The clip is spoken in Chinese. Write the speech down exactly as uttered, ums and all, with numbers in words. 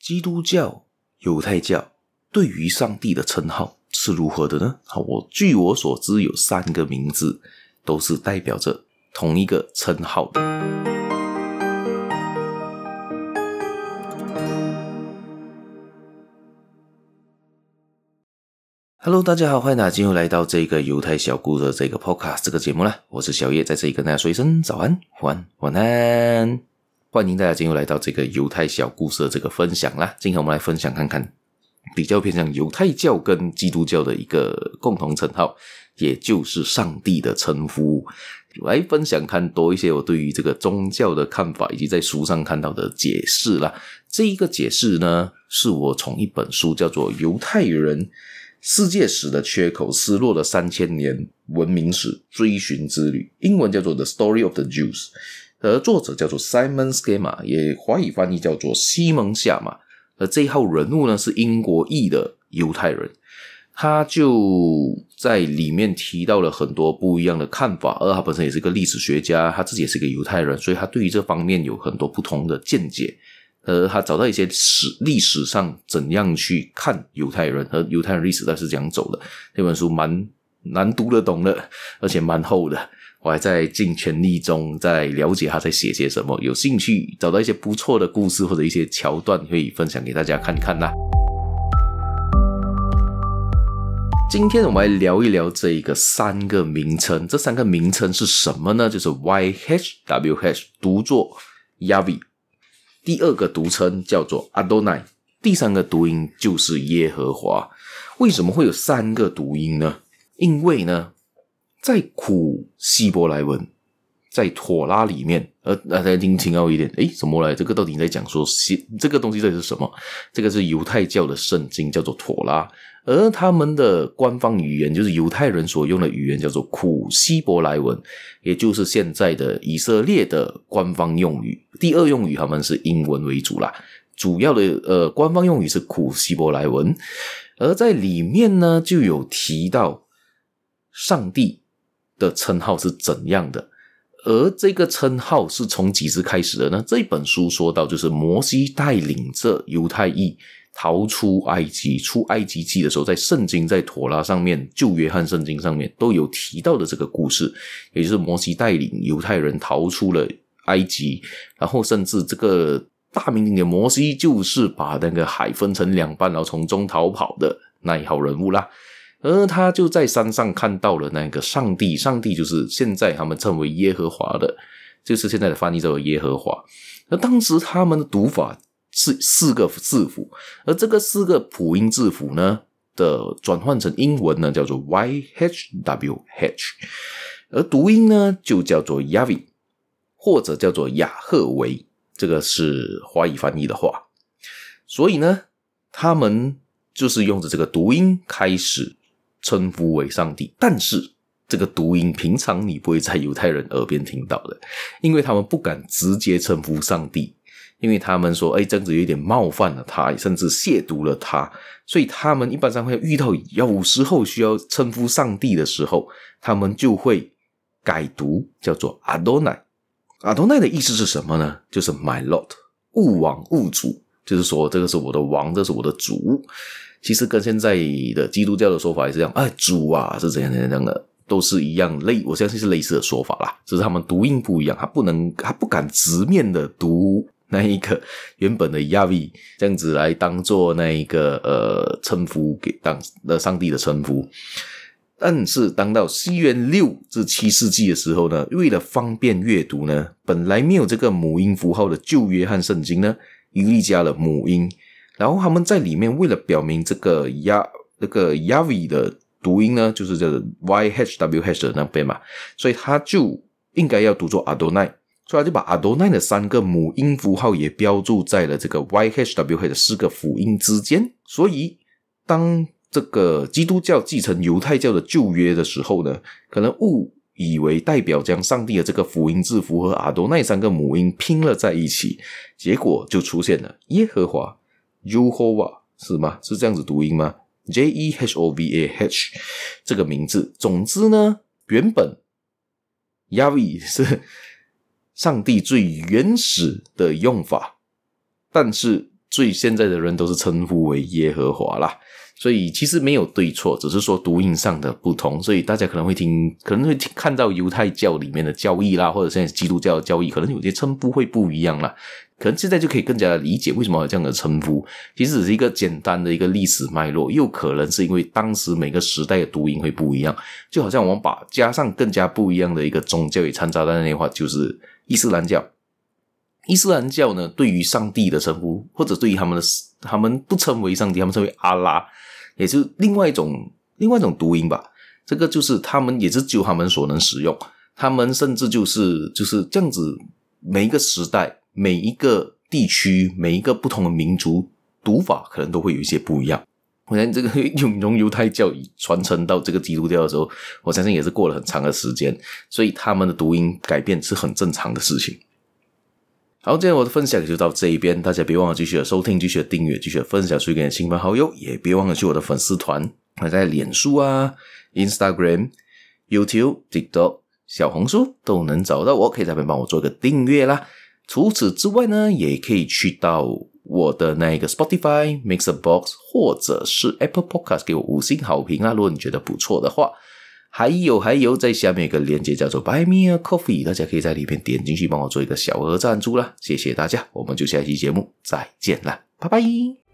基督教、犹太教对于上帝的称号是如何的呢？好，我据我所知有三个名字都是代表着同一个称号的。Hello， 大家好，欢迎大家进入来到这个犹太小故事的这个 podcast 这个节目啦。我是小叶，在这里跟大家说一声早安、晚安、晚安。欢迎大家进入来到这个犹太小故事的这个分享啦。今天我们来分享看看比较偏向犹太教跟基督教的一个共同称号，也就是上帝的称呼。来分享看多一些我对于这个宗教的看法，以及在书上看到的解释啦。这一个解释呢，是我从一本书叫做《犹太人世界史的缺口：失落了三千年文明史追寻之旅》，英文叫做 The Story of the Jews， 而作者叫做 Simon Schama， 也华语翻译叫做西蒙夏马。而这一号人物呢，是英国裔的犹太人，他就在里面提到了很多不一样的看法，而他本身也是个历史学家，他自己也是个犹太人，所以他对于这方面有很多不同的见解。呃，他找到一些史历史上怎样去看犹太人和犹太人历史到底是怎样走的。这本书蛮难读得懂的，而且蛮厚的，我还在尽全力中在了解他在写些什么。有兴趣找到一些不错的故事或者一些桥段，可以分享给大家看看啦。今天我们来聊一聊这一个三个名称，这三个名称是什么呢？就是 Y H W H 读作 Yahweh，第二个读称叫做 Adonai， 第三个读音就是耶和华。为什么会有三个读音呢？因为呢，在古希伯来文，在妥拉里面，呃，大家听听到一点，诶，什么来？这个到底在讲说，这个东西到底是什么？这个是犹太教的圣经，叫做妥拉，而他们的官方语言就是犹太人所用的语言，叫做古希伯来文，也就是现在的以色列的官方用语。第二用语他们是英文为主啦，主要的呃官方用语是古希伯来文，而在里面呢就有提到上帝的称号是怎样的。而这个称号是从几时开始的呢？这本书说到，就是摩西带领着犹太裔逃出埃及，出埃及记的时候，在圣经在妥拉上面，旧约和圣经上面都有提到的这个故事，也就是摩西带领犹太人逃出了埃及，然后甚至这个大名鼎鼎的摩西就是把那个海分成两半，然后从中逃跑的那一号人物啦。而他就在山上看到了那个上帝，上帝就是现在他们称为耶和华的，就是现在的翻译叫做耶和华。而当时他们的读法是四个字符，而这个四个辅音字符呢的转换成英文呢叫做 Y H W H， 而读音呢就叫做 Yahweh 或者叫做雅赫维，这个是华语翻译的话。所以呢他们就是用着这个读音开始称呼为上帝，但是这个读音平常你不会在犹太人耳边听到的，因为他们不敢直接称呼上帝，因为他们说诶这样子有点冒犯了他，甚至亵渎了他，所以他们一般上会遇到有时候需要称呼上帝的时候，他们就会改读叫做 Adonai。 Adonai 的意思是什么呢？就是 My Lord， 物王物主，就是说这个是我的王，这是我的主。其实跟现在的基督教的说法也是这样，哎，主啊是怎样怎样的，都是一样类，我相信是类似的说法啦，只是他们读音不一样，他不能，他不敢直面的读那一个原本的 Yahweh 这样子来当做那一个呃称呼给当的上帝的称呼。但是当到西元六至七世纪的时候呢，为了方便阅读呢，本来没有这个母音符号的旧约和圣经呢，一律加了母音。然后他们在里面为了表明这个亚这个 Yahweh 的读音呢，就是这个 Y H W H 的那边嘛，所以他就应该要读作 Adonai， 所以他就把 Adonai 的三个母音符号也标注在了这个 Y H W H 的四个辅音之间。所以当这个基督教继承犹太教的旧约的时候呢，可能误以为代表将上帝的这个辅音字符和 Adonai 三个母音拼了在一起，结果就出现了耶和华Jehovah， 是吗？是这样子读音吗？ J E H O V A H 这个名字。总之呢，原本 Yahweh 是上帝最原始的用法，但是所以现在的人都是称呼为耶和华啦。所以其实没有对错，只是说读音上的不同，所以大家可能会听，可能会听看到犹太教里面的教义啦，或者现在基督教的教义，可能有些称呼会不一样啦。可能现在就可以更加理解为什么有这样的称呼，其实只是一个简单的一个历史脉络，又可能是因为当时每个时代的读音会不一样，就好像我们把加上更加不一样的一个宗教也掺杂在那里的话，就是伊斯兰教。伊斯兰教呢，对于上帝的称呼，或者对于他们的他们不称为上帝，他们称为阿拉，也是另外一种另外一种读音吧。这个就是他们也是只有他们所能使用，他们甚至就是就是这样子，每一个时代、每一个地区、每一个不同的民族读法可能都会有一些不一样。我相信这个从犹太教传承到这个基督教的时候，我相信也是过了很长的时间，所以他们的读音改变是很正常的事情。好，今天我的分享就到这一边，大家别忘了继续的收听，继续的订阅，继续的分享出去给你的亲朋好友，也别忘了去我的粉丝团，在脸书啊、Instagram、YouTube、TikTok、小红书都能找到我，可以在那边帮我做个订阅啦。除此之外呢，也可以去到我的那个 Spotify、Mixerbox 或者是 Apple Podcast 给我五星好评啊，如果你觉得不错的话。还有还有，在下面有个链接叫做 Buy Me a Coffee， 大家可以在里面点进去帮我做一个小额赞助啦，谢谢大家，我们就下期节目再见啦，拜拜。